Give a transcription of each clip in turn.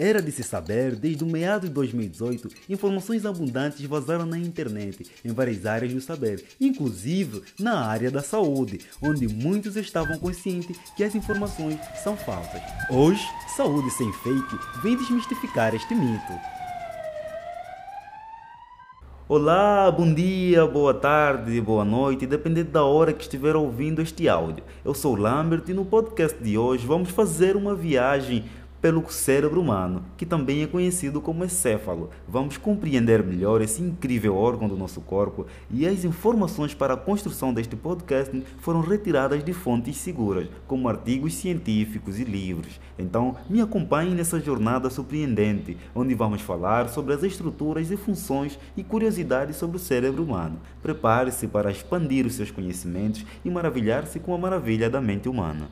Era de se saber, desde o meado de 2018, informações abundantes vazaram na internet, em várias áreas do saber, inclusive na área da saúde, onde muitos estavam conscientes que as informações são falsas. Hoje, Saúde Sem Fake vem desmistificar este mito. Olá, bom dia, boa tarde, boa noite, dependendo da hora que estiver ouvindo este áudio. Eu sou Lambert e no podcast de hoje vamos fazer uma viagem pelo cérebro humano, que também é conhecido como encéfalo. Vamos compreender melhor esse incrível órgão do nosso corpo e as informações para a construção deste podcast foram retiradas de fontes seguras, como artigos científicos e livros. Então, me acompanhe nessa jornada surpreendente, onde vamos falar sobre as estruturas e funções e curiosidades sobre o cérebro humano. Prepare-se para expandir os seus conhecimentos e maravilhar-se com a maravilha da mente humana.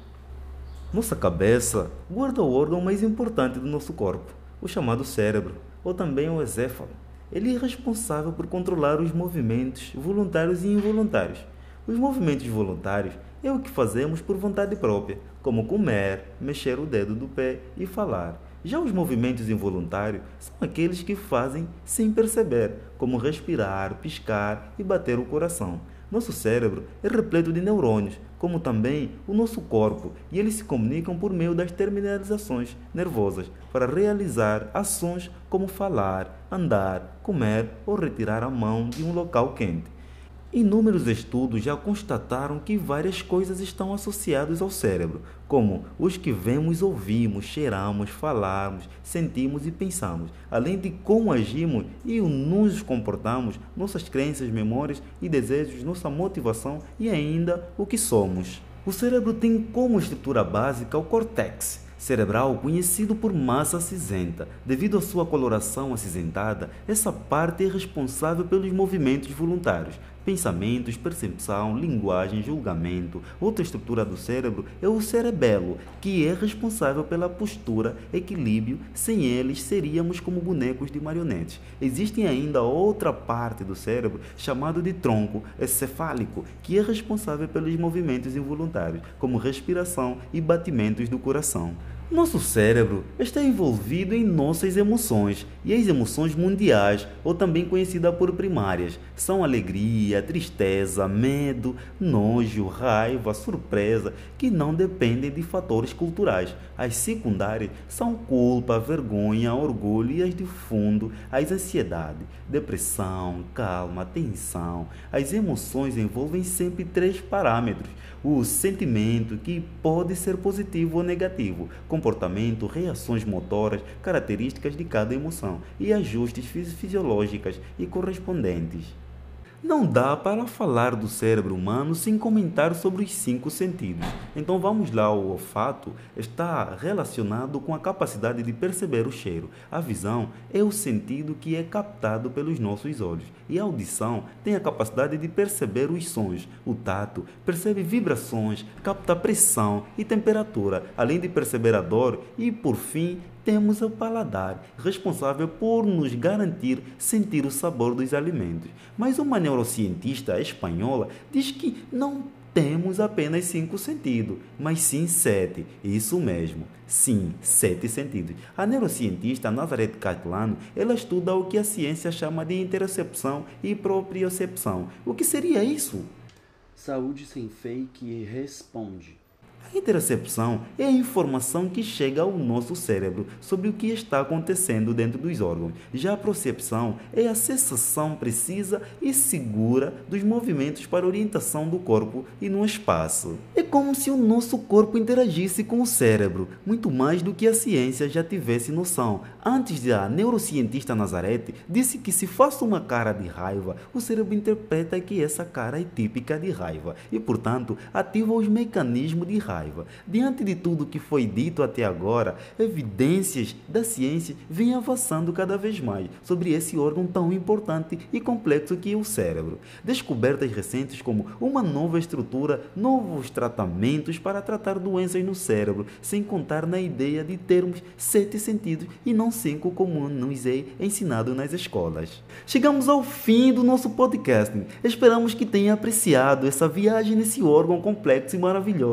Nossa cabeça guarda o órgão mais importante do nosso corpo, o chamado cérebro, ou também o encéfalo. Ele é responsável por controlar os movimentos voluntários e involuntários. Os movimentos voluntários é o que fazemos por vontade própria, como comer, mexer o dedo do pé e falar. Já os movimentos involuntários são aqueles que fazem sem perceber, como respirar, piscar e bater o coração. Nosso cérebro é repleto de neurônios, como também o nosso corpo, e eles se comunicam por meio das terminalizações nervosas para realizar ações como falar, andar, comer ou retirar a mão de um local quente. Inúmeros estudos já constataram que várias coisas estão associadas ao cérebro, como os que vemos, ouvimos, cheiramos, falamos, sentimos e pensamos, além de como agimos e nos comportamos, nossas crenças, memórias e desejos, nossa motivação e ainda o que somos. O cérebro tem como estrutura básica o córtex cerebral, conhecido por massa cinzenta. Devido à sua coloração acinzentada, essa parte é responsável pelos movimentos voluntários, pensamentos, percepção, linguagem, julgamento. Outra estrutura do cérebro é o cerebelo, que é responsável pela postura, equilíbrio. Sem eles, seríamos como bonecos de marionetes. Existe ainda outra parte do cérebro, chamado de tronco encefálico, que é responsável pelos movimentos involuntários, como respiração e batimentos do coração. Nosso cérebro está envolvido em nossas emoções, e as emoções mundiais, ou também conhecidas por primárias, são alegria, tristeza, medo, nojo, raiva, surpresa, que não dependem de fatores culturais. As secundárias são culpa, vergonha, orgulho, e as de fundo, as ansiedade, depressão, calma, tensão. As emoções envolvem sempre três parâmetros: o sentimento, que pode ser positivo ou negativo, comportamento, reações motoras, características de cada emoção e ajustes fisiológicos e correspondentes. Não dá para falar do cérebro humano sem comentar sobre os 5 sentidos. Então vamos lá, o olfato está relacionado com a capacidade de perceber o cheiro. A visão é o sentido que é captado pelos nossos olhos. E a audição tem a capacidade de perceber os sons. O tato percebe vibrações, capta pressão e temperatura, além de perceber a dor. E por fim, temos o paladar, responsável por nos garantir sentir o sabor dos alimentos. Mas uma neurocientista espanhola diz que não temos apenas 5 sentidos, mas sim 7. Isso mesmo, sim, 7 sentidos. A neurocientista Nazareth Catlano, ela estuda o que a ciência chama de interocepção e propriocepção. O que seria isso? Saúde Sem Fake responde. A interocepção é a informação que chega ao nosso cérebro sobre o que está acontecendo dentro dos órgãos. Já a propriocepção é a sensação precisa e segura dos movimentos para orientação do corpo e no espaço. É como se o nosso corpo interagisse com o cérebro, muito mais do que a ciência já tivesse noção. Antes, a neurocientista Nazareth disse que se faço uma cara de raiva, o cérebro interpreta que essa cara é típica de raiva e, portanto, ativa os mecanismos de raiva. Diante de tudo que foi dito até agora, evidências da ciência vêm avançando cada vez mais sobre esse órgão tão importante e complexo que é o cérebro. Descobertas recentes como uma nova estrutura, novos tratamentos para tratar doenças no cérebro, sem contar na ideia de termos 7 sentidos e não 5 como nos é ensinado nas escolas. Chegamos ao fim do nosso podcast. Esperamos que tenha apreciado essa viagem nesse órgão complexo e maravilhoso que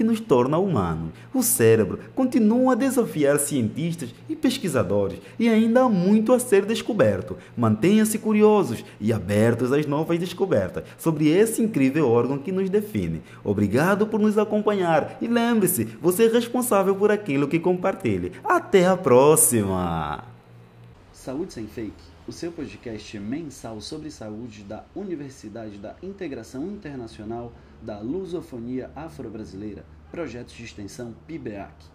nos torna humanos. O cérebro continua a desafiar cientistas e pesquisadores e ainda há muito a ser descoberto. Mantenham-se curiosos e abertos às novas descobertas sobre esse incrível órgão que nos define. Obrigado por nos acompanhar e lembre-se, você é responsável por aquilo que compartilhe. Até a próxima! Saúde Sem Fake, o seu podcast mensal sobre saúde da Universidade da Integração Internacional da Lusofonia Afro-Brasileira, projetos de extensão PIBEAC.